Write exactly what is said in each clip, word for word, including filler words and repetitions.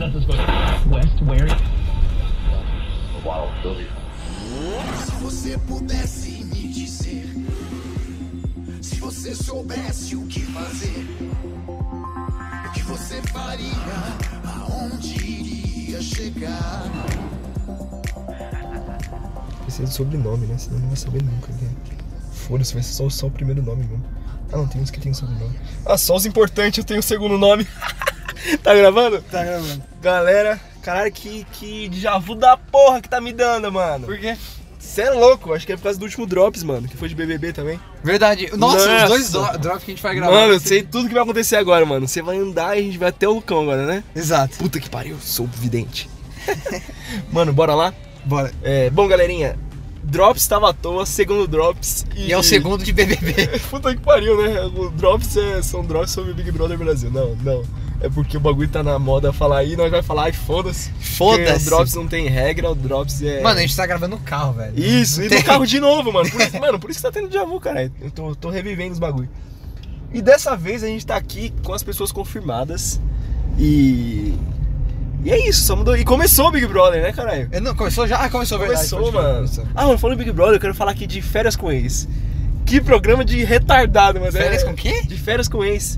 essas coisas. West Wearing. Se você pudesse me dizer, se você soubesse o que fazer, o que você faria, aonde iria chegar? Precisa de sobrenome, né? Senão não vai saber nunca. Né? Foda-se, vai ser só, só o primeiro nome mesmo. Ah, não, tem uns que tem um sobrenome. Ah, só os importantes eu tenho o segundo nome. Tá gravando? Tá gravando. Galera, caralho, que, que déjà vu da porra que tá me dando, mano. Por quê? Cê é louco, acho que é por causa do último Drops, mano, que foi de B B B também. Verdade. Nossa, Nossa. os dois dro- drops que a gente vai gravar. Mano, eu Você- sei tudo que vai acontecer agora, mano. Você vai andar e a gente vai até o Lucão agora, né? Exato. Puta que pariu, sou vidente. Mano, bora lá? Bora. É, bom, galerinha, Drops tava à toa, segundo Drops. E, E é o segundo de B B B. Puta que pariu, né? O Drops é, são Drops sobre Big Brother Brasil. Não, não. É porque o bagulho tá na moda falar aí, nós vai falar, ai, foda-se. Porque Foda-se. O Drops não tem regra, o Drops é... Mano, a gente tá gravando no carro, velho. Isso, Não e tem. no carro de novo, mano. Por isso, mano, por isso que tá tendo déjà vu, cara. Eu tô, tô revivendo os bagulho. E dessa vez a gente tá aqui com as pessoas confirmadas. E... E é isso, só mudou. E começou o Big Brother, né, caralho? Eu não, começou já? Ah, começou, verdade. Começou, pode crer, mano. começou. Ah, mano, falando do Big Brother, eu quero falar aqui de Férias com Ex. Que programa de retardado, mas Férias é... com quê? De Férias com Ex.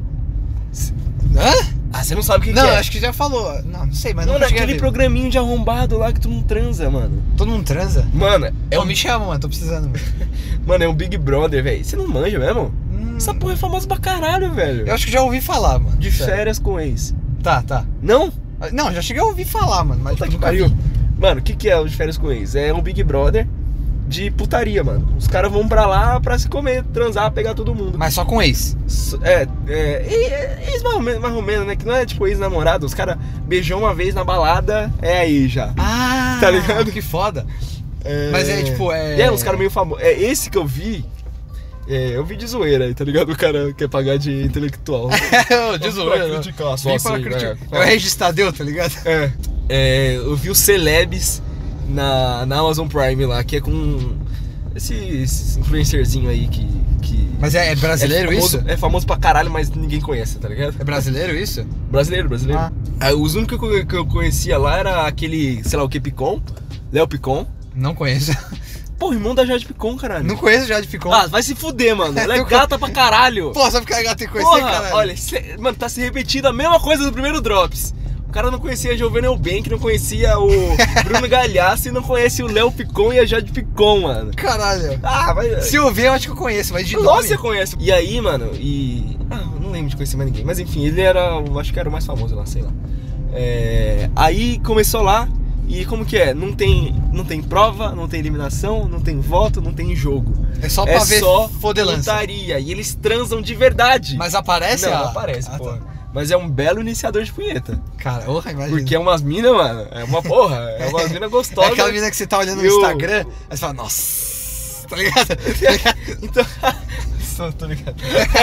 Hã? Ah, você não sabe o que, Não, que é? acho que já falou. Não, não sei, mas não Mano, cheguei a aquele ver. programinho de arrombado lá que tu não transa, mano. Todo mundo transa? Mano, é É um, me chama, mano, tô precisando. Mano. mano, é um Big Brother, velho. Você não manja mesmo? Hum, Essa porra é famosa pra caralho, velho. eu acho que já ouvi falar, mano. De Sério. Férias com Ex. Tá, tá. Não? Não, já cheguei a ouvir falar, mano, mas Puta que nunca pariu. vi. Mano, o que, que é o de Férias com Ex? É um Big Brother de putaria, mano. Os caras vão pra lá pra se comer, transar, pegar todo mundo. Mas só com ex. S- É, é, é, ex mais ou menos, mais ou menos, né? Que não é tipo ex-namorado. Os caras beijou uma vez na balada, é aí já. Ah, Tá ligado? Que foda. É... Mas é, tipo, é- E é, os caras meio famosos. É, esse que eu vi, é, eu vi de zoeira aí, tá ligado? O cara quer pagar de intelectual. De zoeira, Pra né? criticar, só Vim assim, pra né? criticar. É o Registadeu, tá ligado? É, é, eu vi o Celebs na, na Amazon Prime lá, que é com esse, esse influencerzinho aí que... que Mas é, é brasileiro é famoso, isso? É famoso pra caralho, mas ninguém conhece, tá ligado? É brasileiro isso? Brasileiro, brasileiro. Ah. Ah, os únicos que eu, que eu conhecia lá era aquele, sei lá o que, Picon, Léo Picon. Não conheço. Pô, irmão da Jade Picon, caralho. Não conheço já de Ficom. Ah, vai se fuder, mano. Ela é Eu- gata pra caralho. Pô, só ficar gato e conhecer, Porra, caralho. olha, cê- mano, tá se repetindo a mesma coisa do primeiro Drops. O cara não conhecia a Giovanna Eubank, não conhecia o Bruno Galhaço e não conhece o Léo Picon e a Jade Picon, mano. Caralho. Ah, vai... Se eu ver, eu acho que eu conheço, mas de Nossa, nome... você conhece. E aí, mano, e... Ah, eu não lembro de conhecer mais ninguém. Mas enfim, ele era, o- acho que era o mais famoso lá, sei lá. É... Aí começou lá e como que é? Não tem, não tem prova, não tem eliminação, não tem voto, não tem jogo. É só pra É ver só fodelança. putaria. E eles transam de verdade. Mas aparece Não, a... não aparece, Ah, pô. tá. Mas é um belo iniciador de punheta. Cara, porra, imagina. Porque é umas minas, mano. É uma porra. É umas minas É gostosas. aquela mina que você tá olhando no E o- Instagram, aí você fala, nossa, tá ligado? Então. Só, tô ligado.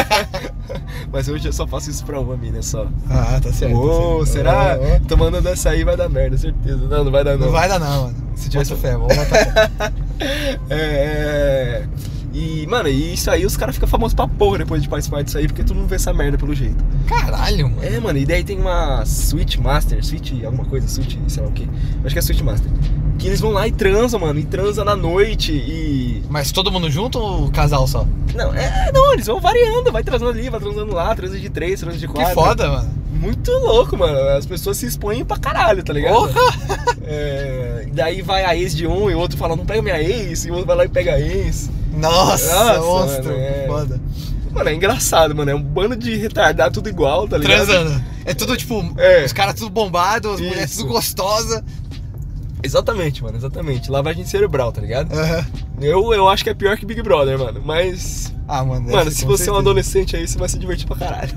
Mas hoje eu só faço isso pra uma mina só. Ah, tá certo. Ô, tá certo. será? Ó, ó. Tô mandando essa aí, vai dar merda, certeza. Não, não vai dar não. Não vai dar não, mano. Se tivesse Bota- fé, vamos botar fé. É, é. E, mano, e isso aí os caras ficam famosos pra porra depois de participar disso aí, porque tu não vê essa merda pelo jeito. Caralho, mano. É, mano, e daí tem uma Switch Master, Switch, alguma coisa, Switch, sei lá o que. Acho que é Switch Master. Que eles vão lá e transam, mano, e transam na noite e. Mas todo mundo junto ou o casal só? Não, é, não, eles vão variando, vai transando ali, vai transando lá, transa de três, transa de quatro. Que foda, mano. Muito louco, mano. As pessoas se expõem pra caralho, tá ligado? Porra! É, daí vai a ex de um e o outro fala, não pega minha ex, e o outro vai lá e pega a ex. Nossa, Nossa, monstro. mano, é. Que foda. Mano, é engraçado, mano. É um bando de retardado tudo igual, tá ligado? Transando. É tudo tipo, É. os caras tudo bombados, as Isso. mulheres tudo gostosas. Exatamente, mano, exatamente. Lavagem cerebral, tá ligado? Aham. Eu, eu acho que é pior que Big Brother, mano. Mas. Ah, mano. deve Mano, ser, se com você é um certeza. adolescente aí, você vai se divertir pra caralho.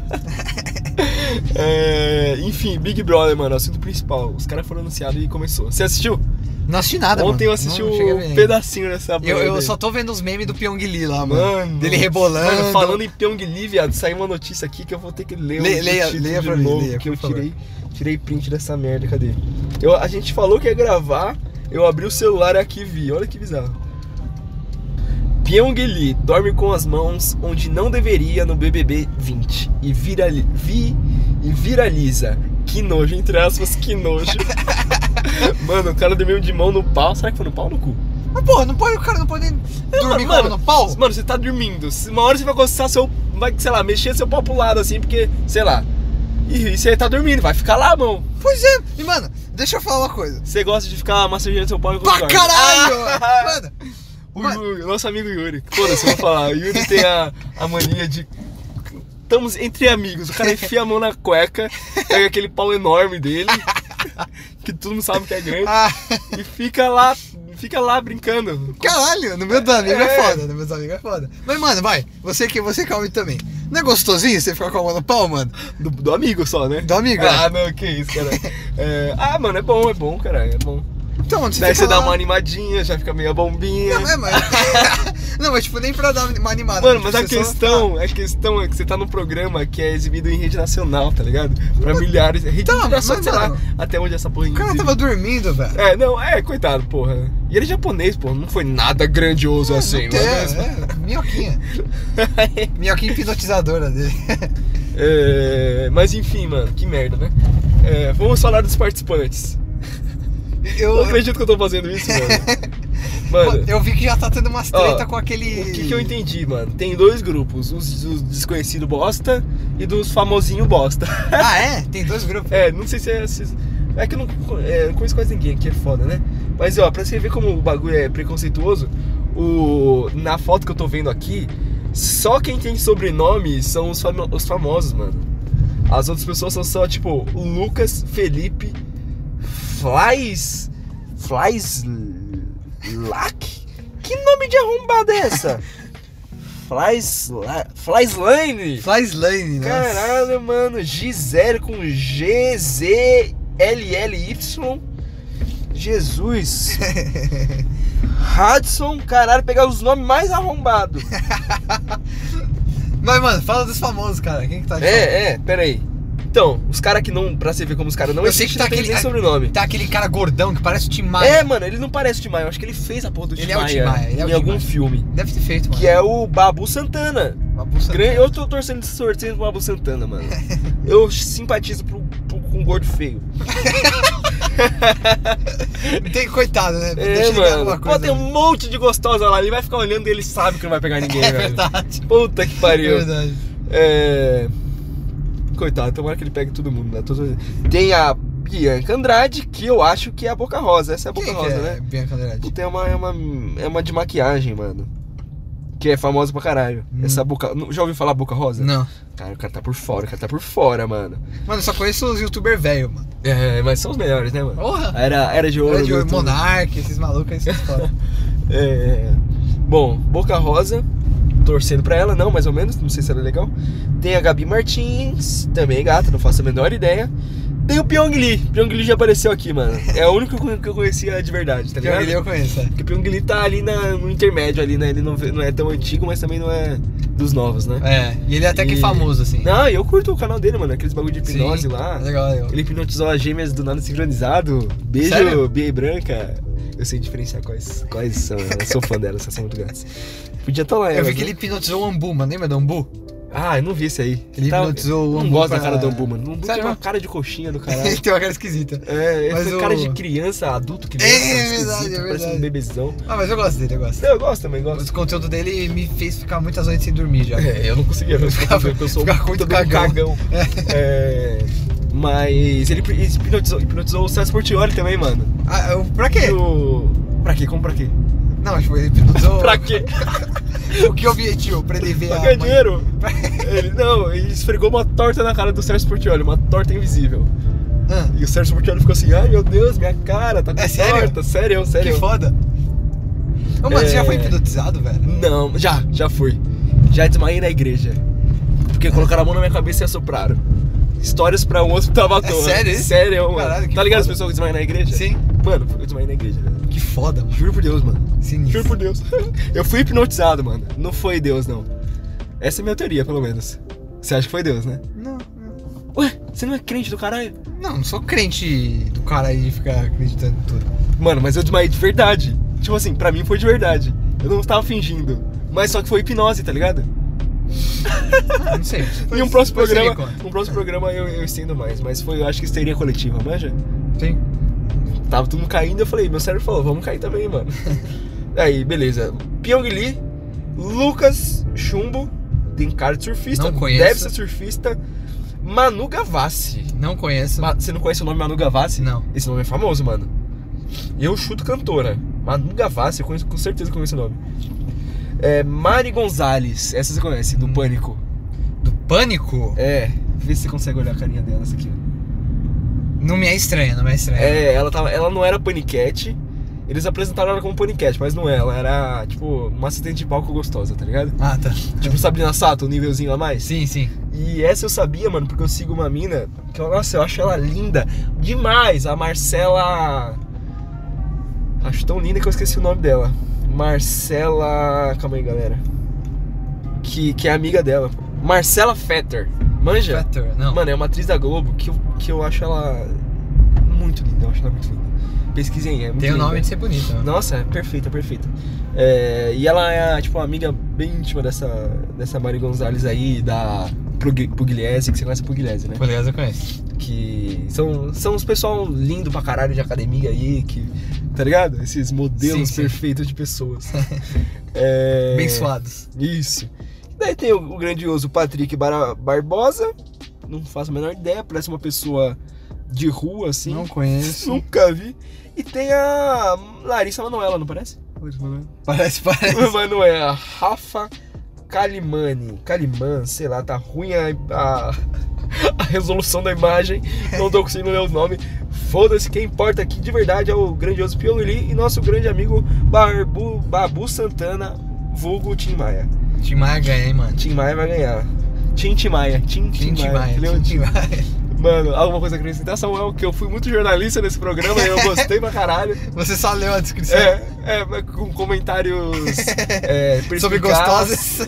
É, enfim, Big Brother, mano, assunto principal. Os caras foram anunciados e começou. Você assistiu? Não assisti nada, mano. Ontem eu assisti Não cheguei a ver um ainda. pedacinho dessa Eu, merda eu aí. só tô vendo os memes do Pyong Lee lá, mano. Mano, Dele rebolando. Mano, falando em Pyongyi, viado, saiu uma notícia aqui que eu vou ter que ler Le- o leia- título leia de pra mim, novo, leia, que eu por favor. tirei, tirei print dessa merda, cadê? Eu, a gente falou que ia gravar, eu abri o celular aqui e vi, olha que bizarro. Pyongyi Lee dorme com as mãos onde não deveria no B B B vinte e, virali, vi, e viraliza. que nojo, entre aspas, que nojo. Mano, o cara dormiu de mão no pau. Será que foi no pau ou no cu? Mas porra, não pode, o cara não pode dormir mano, com no pau? Mano, você tá dormindo. Uma hora você vai gostar seu. Vai, sei lá, mexer seu pau pro lado assim, porque, sei lá. E, e você tá dormindo, vai ficar lá a mão. Pois é, e mano, deixa eu falar uma coisa. Você gosta de ficar massageando seu pau em Pra caralho! Ah! Mano, O Mano. Yuri, nosso amigo Yuri. Foda-se, eu vou falar. O Yuri tem a, a mania de. Estamos entre amigos. O cara enfia a mão na cueca, pega aquele pau enorme dele, que todo mundo sabe que é grande, ah, e fica lá, fica lá brincando. caralho, no meu dos amigos é. É. foda, no meu dos amigos é foda. Mas mano, vai, você que você calma também. Não é gostosinho você ficar com a mão no pau, mano? Do, do amigo só, né? Do amigo, Ah, é. não, que isso, cara. É, ah, mano, é bom, é bom, cara, é bom. Então, mano, você Daí fica você dá lá- uma animadinha, já fica meio a bombinha. Não, é, mas... não, mas tipo, nem pra dar uma animada. Mano, tipo, mas a você só questão, a questão é que você tá num programa que é exibido em rede nacional, tá ligado? Pra milhares. Rede Tá, nacional, mas, sei lá, mano, até onde essa porra O cara exibe. tava dormindo, velho. É, não, é, coitado, porra. E ele é japonês, porra, não foi nada grandioso assim, Não não tem, é mesmo? é, minhoquinha. Minhoquinha hipnotizadora dele. É, mas enfim, mano, que merda, né? É, vamos falar dos participantes. Eu Eu, não acredito que eu tô fazendo isso, mano. Mano, eu vi que já tá tendo umas treta Ó, com aquele... o que, que eu entendi, mano? Tem dois grupos, os, os desconhecidos bosta e dos famosinhos bosta. Ah, é? Tem dois grupos. É, não sei se é. Se, é que eu não, é, não conheço quase ninguém aqui, é foda, né? Mas ó, pra você ver como o bagulho é preconceituoso, o, na foto que eu tô vendo aqui, só quem tem sobrenome são os, famo, os famosos, mano. As outras pessoas são só tipo Lucas, Felipe, Flies. Flies. Lack? Que nome de arrombada é essa? Flies. Flieslane? Flyslane, né? Caralho, mano. Gisele com G Z L L Y. Jesus. Hudson, caralho, pegar os nomes mais arrombados. Mas, mano, fala dos famosos, cara. Quem que tá de famoso? É, é, pera aí. Então, os caras que não. Pra você ver como os caras não Eu sei que tá não tem aquele, nem sobrenome. tá aquele cara gordão que parece o Tim Maia. É, mano, ele não parece o Tim Maia. Eu acho que ele fez a porra do Tim Ele é o Maia Tim Maia, ele é o em Tim algum Maia. filme. Deve ter feito, mano. Que é o Babu Santana. Babu Santana. Gran- Eu tô torcendo torcendo pro Babu Santana, mano. Eu simpatizo pro, pro, com um gordo feio. Tem, coitado, né? É, Deixa ele ganhar alguma mano. Pô, coisa. tem um monte de gostosa lá. Ele vai ficar olhando e ele sabe que não vai pegar ninguém, É velho. verdade. Puta que É pariu. verdade. É. Coitado, tomara que ele pegue todo mundo, né? Todo- Tem a Bianca Andrade, que eu acho que é a Boca Rosa. Essa é a Boca Quem que Rosa, é né? Bianca Andrade? Puta, é uma, é uma. É uma de maquiagem, mano. Que é famosa pra caralho. Hum. Essa Boca. Já ouviu falar Boca Rosa? Não. Cara, o cara tá por fora, o cara tá por fora, mano. Mano, eu só conheço os youtubers velhos, mano. É, mas são os melhores, né, mano? Porra! Era, era de ouro. Era de do YouTube. Monark, esses malucos aí, vocês falam. É. Bom, Boca Rosa, torcendo pra ela, não, mais ou menos, não sei se era legal. Tem a Gabi Martins, também gata, não faço a menor ideia. Tem o Pyong Lee, Pyong Lee já apareceu aqui, mano. É o único que eu conhecia de verdade, tá ligado? Ele eu conheço, é. Porque o Pyong Lee tá ali na, no intermédio ali, né? Ele não, não é tão antigo, mas também não é dos novos, né? É, e ele é até que E- famoso, assim. Não, eu curto o canal dele, mano, aqueles bagulho de hipnose Sim, lá. Legal, legal. Ele hipnotizou as gêmeas do nada sincronizado. Beijo, Sério? Bia e Branca. Eu sei diferenciar quais, quais são. Eu sou fã delas, elas são muito grandes. Podia estar lá, Eu elas, vi que né? ele hipnotizou o Ambu, mano. Lembra do Ambu? Ah, eu não vi esse aí. Ele Tá- hipnotizou o Não Ambu gosto da pra- cara do Ambu, mano. O Ambu tem Sério? uma cara de coxinha do Ele caralho. tem uma cara esquisita. É, Mas esse o- cara de criança, adulto, criança. É, esquisito, verdade, é Parece verdade. um bebezão. Ah, mas eu gosto dele, eu gosto. Eu gosto também, gosto. O conteúdo dele me fez ficar muitas noites sem dormir já. É, eu não conseguia ver Ficava- porque eu sou ficava um muito puta de um cagão. É, mas ele hipnotizou, hipnotizou o Celso Portiolli também, mano. Ah, eu- pra quê? O... Pra quê? Como pra quê? Não, tipo, ele hipnotizou... Pra quê? O que objetivo? Pra ele ver Pra a... ganhar mãe- dinheiro? Ele, não, ele esfregou uma torta na cara do Celso Portiolli, uma torta invisível. Ah, E o Celso Portiolli ficou assim, ai meu Deus, minha cara, tá com É sério? torta. Sério, sério. que foda. Ô, mano, É. você já foi hipnotizado, velho? Não, já, já fui. Já desmaiei na igreja. Porque colocaram a mão na minha cabeça e assopraram. Histórias pra um outro que tava à É toa. sério isso? Sério, mano. Caralho, que Tá ligado as foda. pessoas que desmaiam na igreja? Sim. Mano, eu desmaiei na igreja, velho. Que foda, mano. Juro por Deus, mano. Sinistro. Juro por Deus. Eu fui hipnotizado, mano. Não foi Deus, não. Essa é a minha teoria, pelo menos. Você acha que foi Deus, né? Não, não. Ué, você não é crente do caralho? Não, não sou crente do cara aí de ficar acreditando em tudo. Mano, mas eu desmaiei de verdade. Tipo assim, pra mim foi de verdade. Eu não tava fingindo. Mas só que foi hipnose, tá ligado? Ah, não sei. Em um próximo Depois você me programa, conta. um próximo programa eu, eu estendo mais, mas foi, eu acho que histeria coletiva, manja? Sim. Tava tudo caindo, eu falei, meu cérebro falou, vamos cair também, mano. Aí, beleza. Pyong Lee, Lucas Chumbo, tem cara de surfista, Não conheço. deve ser surfista. Manu Gavassi. Não conheço. Ma- Você não conhece o nome Manu Gavassi? Não. Esse nome é famoso, mano. Eu chuto cantora. Manu Gavassi, eu conheço, com certeza conheço o nome. É, Mari Gonzalez, essa você conhece, do Pânico. Do Pânico? É, vê se você consegue olhar a carinha dela, essa aqui. Não me é estranha, não me é estranha. É, ela, tava, ela não era paniquete. Eles apresentaram ela como paniquete, mas não é. Ela era, tipo, uma assistente de palco gostosa, tá ligado? Ah, tá. Tipo Sabrina Sato, um nívelzinho a mais. Sim, sim. E essa eu sabia, mano, porque eu sigo uma mina que, eu, nossa, eu acho ela linda demais. A Marcela... Acho tão linda que eu esqueci o nome dela. Marcela... Calma aí, galera. Que, que é amiga dela. Marcela Fetter. Manja? Fetter, não. Mano, é uma atriz da Globo que eu, que eu acho ela muito linda. Eu acho ela muito linda. Pesquisem, é muito Tem o linda. nome de ser bonita. Né? Nossa, é perfeita, perfeita. É, e ela é, tipo, uma amiga bem íntima dessa, dessa Mari Gonzalez aí, da Pug- Pugliese, que você conhece a Pugliese, né? Aliás, eu conheço. Que são, são os pessoal lindo pra caralho de academia aí, que, tá ligado? Esses modelos Sim, sim. perfeitos de pessoas. É, Abençoados. Isso. E daí tem o, o grandioso Patrick Bar- Barbosa, não faço a menor ideia, parece uma pessoa de rua, assim. Não conheço. Nunca vi. E tem a Larissa Manoela, não parece? Parece, parece. Manoela, Rafa Calimani. Caliman, sei lá, tá ruim a, a, a resolução da imagem. Não tô conseguindo ler o nome. Foda-se, quem importa aqui de verdade é o grandioso Pyong Lee e nosso grande amigo Barbu, Babu Santana, vulgo Tim Maia. Tim Maia ganha, hein, mano. Tim Maia vai ganhar. Tim Tim Maia. Tim Tim Tim Maia. Maia. Entendeu? Tim Maia. Mano, alguma coisa a acrescentar, Samuel? Que eu fui muito jornalista nesse programa e eu gostei pra caralho. Você só leu a descrição. É, é, com comentários é, Sobre perspicazes gostosas. e,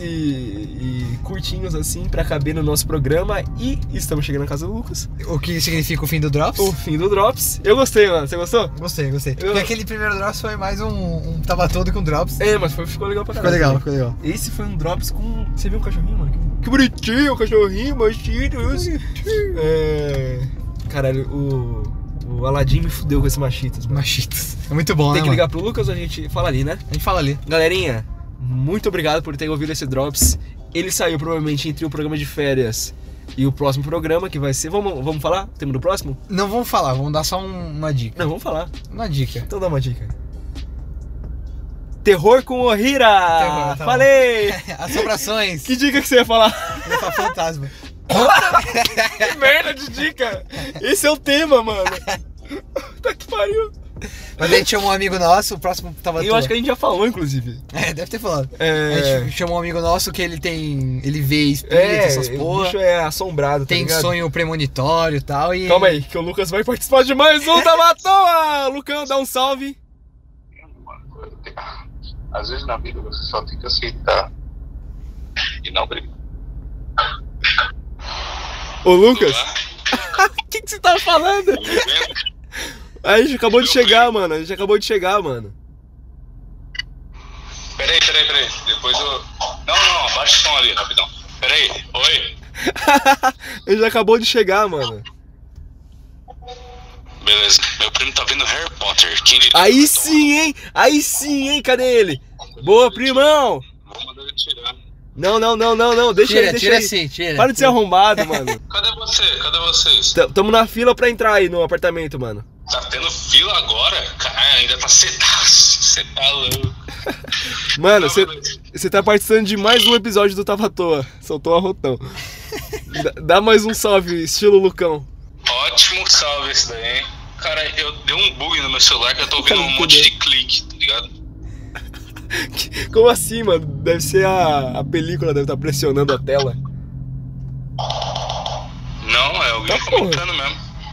e curtinhos assim pra caber no nosso programa. E estamos chegando na casa do Lucas. O que significa o fim do Drops? O fim do Drops. Eu gostei, mano. Você gostou? Gostei, gostei. Eu- Porque aquele primeiro Drops foi mais um, um tava todo com Drops. É, mas foi, ficou legal pra Ficou caralho. legal, também. ficou legal. Esse foi um Drops com... Você viu um cachorrinho, mano? Que bonitinho, o cachorrinho, machinhos. É... Caralho, o... O Aladim me fudeu com esse machitas, mano. Machitos. É muito bom, Tem né, que mano? ligar pro Lucas ou a gente fala ali, né? A gente fala ali. Galerinha, muito obrigado por ter ouvido esse Drops. Ele saiu provavelmente entre o programa de férias e o próximo programa, que vai ser... Vamos, vamos falar? O tema do próximo? Não vamos falar, vamos dar só um- uma dica. Não, vamos falar. Uma dica. Então dá uma dica. Terror com Ohira! Terror, tá bom. Falei! Assombrações. Que dica que você ia falar? Ia falar fantasma. Que merda de dica! Esse é o tema, mano. Tá que pariu. Mas a gente chamou um amigo nosso, o próximo tava Eu acho que a gente já falou, inclusive. É, deve ter falado. É... A gente chamou um amigo nosso que ele tem. Ele vê espírito, É, essas o porra. bicho é assombrado, tá Tem ligado? sonho premonitório e tal. E... Calma aí, que o Lucas vai participar de mais um Tava à Toa! Lucão, dá um salve. Às vezes na vida você só tem que aceitar e não brigar. Ô, Lucas, o que, que você tava falando? A gente acabou de chegar, mano. A gente acabou de chegar, mano. Peraí, peraí, peraí. Depois eu. Não, não, abaixa o som ali, rapidão. Peraí, oi. A gente acabou de chegar, mano. Beleza, meu primo tá vendo Harry Potter. Quem diria? Aí sim, hein? Aí sim, hein? Cadê ele? Boa, primão! Vou mandar ele tirar. Não, não, não, não, não. Deixa Tira, ele, deixa tira ele. sim, tira. Para de ser arrombado, mano. Cadê você? Cadê vocês? T- Tamo na fila pra entrar aí no apartamento, mano. Tá tendo fila agora? Cara, ainda tá cedaço. Você tá louco. Mano, Não, você beleza. tá participando de mais um episódio do Tava à Toa. Soltou a rotão. Dá, dá mais um salve, estilo Lucão. Ótimo salve esse daí, hein? Cara, eu dei um bug no meu celular que eu tô ouvindo Cara, um monte entendeu? de clique, tá ligado? Como assim, mano? Deve ser a, a película, deve estar pressionando a tela. Não, é alguém Tá, porra. comentando mesmo.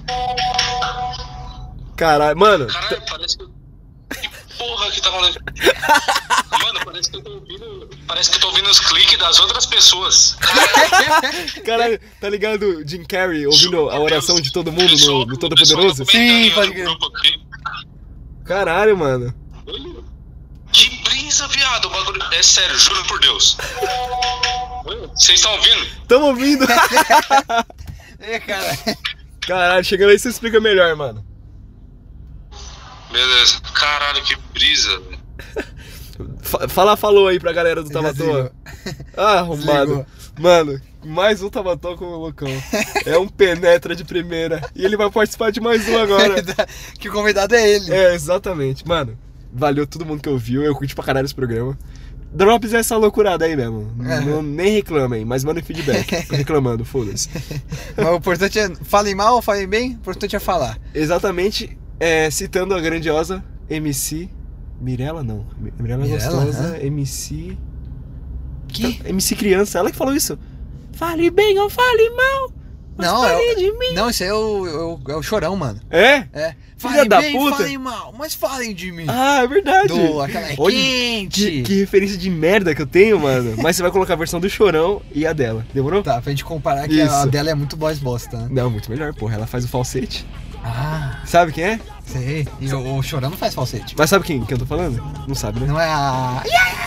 Caralho, mano. Caralho, parece que. Que porra que tá acontecendo? Mano, parece que eu tô ouvindo. Parece que eu tô ouvindo os cliques das outras pessoas. Caralho, tá ligado Jim Carrey ouvindo a oração de todo mundo no, no Todo Poderoso? Sim, pode crer. Caralho, mano. Que brisa, viado. O bagulho. É sério, juro por Deus. Vocês estão ouvindo? Tamo ouvindo. É, cara. Caralho, chegando aí você explica melhor, mano. Beleza. Caralho, que brisa, velho. Fa- Fala, falou aí pra galera do Já Tabatoa. desligou. Ah, arrombado. Desligou. Mano, mais um Tabatoa com o Lucão. É um penetra de primeira. E ele vai participar de mais um agora. Que o convidado é ele. É, exatamente. Mano, valeu todo mundo que ouviu. Eu curti pra caralho esse programa. Drops é essa loucurada aí mesmo. É. Não, nem reclamem, mas mandem feedback. Tô reclamando, foda-se. Mas o importante é. Falem mal ou falem bem, o importante é falar. Exatamente, é, citando a grandiosa M C. Mirella não. Mirella é Mirella, gostosa. hã? M C. Que? M C criança, ela que falou isso. Fale bem ou fale mal. Mas Não, fale é o- de mim. Não, isso aí é o, é o, é o Chorão, mano. É? É. Filha Falem da bem, puta. falem mal, mas falem de mim. Ah, é verdade. Do, aquela é Olha, quente. Que, que referência de merda que eu tenho, mano. Mas você vai colocar a versão do Chorão e a dela. Demorou? Tá, pra gente comparar que Isso. a dela é muito boss bosta, né? Não, muito melhor, porra. Ela faz o falsete. Ah, Sabe quem é? sei. E o, o Chorão não faz falsete. Mas sabe quem que eu tô falando? Não sabe, né? Não é a.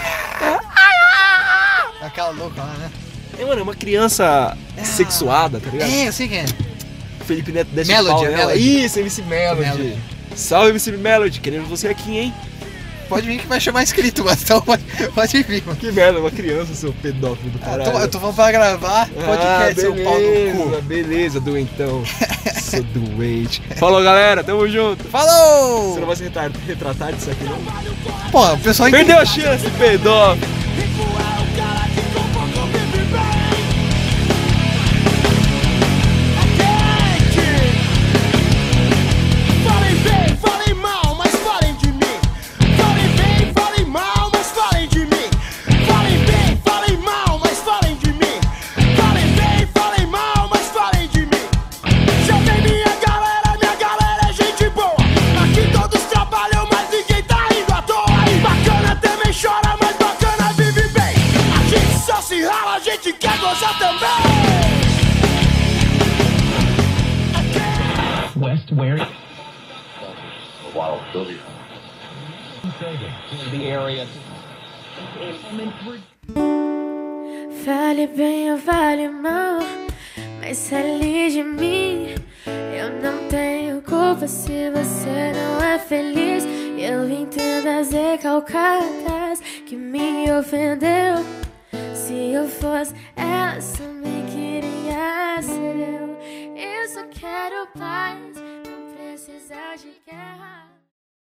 Aquela louca lá, né? É, mano, é uma criança sexuada, tá ligado? É, eu sei quem é. Felipe Neto desce Melody, pau é nela. Melody. Isso, M C Melody. Melody. Salve, M C Melody. Querendo você aqui, hein? Pode vir que vai chamar inscrito, mas então pode, pode vir, mano. Que merda, uma criança, seu pedófilo do Ah, caralho. tô- eu tô falando pra gravar podcast, ah, seu pau no cu. beleza, doentão. Sou doente. Falou, galera, tamo junto. Falou! Você não vai se retar- retratar disso aqui, não? Pô, o pessoal Perdeu a chance, pedófilo. Falem bem, falem mal, mas falem de mim. Falem bem, falem mal, mas falem de mim. Falem bem, falem mal, mas falem de mim. Falem bem, falem mal, mas falem de mim. Chamei minha galera, minha galera é gente boa. Aqui todos trabalham, mas ninguém tá indo à toa. E bacana também chora, mas bacana vive bem. A gente só se rala, a gente quer gozar também. West, where? The area. Fale bem ou fale mal, mas fale de mim. Eu não tenho culpa se você não é feliz. Eu entendo as recalcadas que me ofendeu. Se eu fosse ela, também queria ser eu. Eu só quero paz, não precisa de guerra.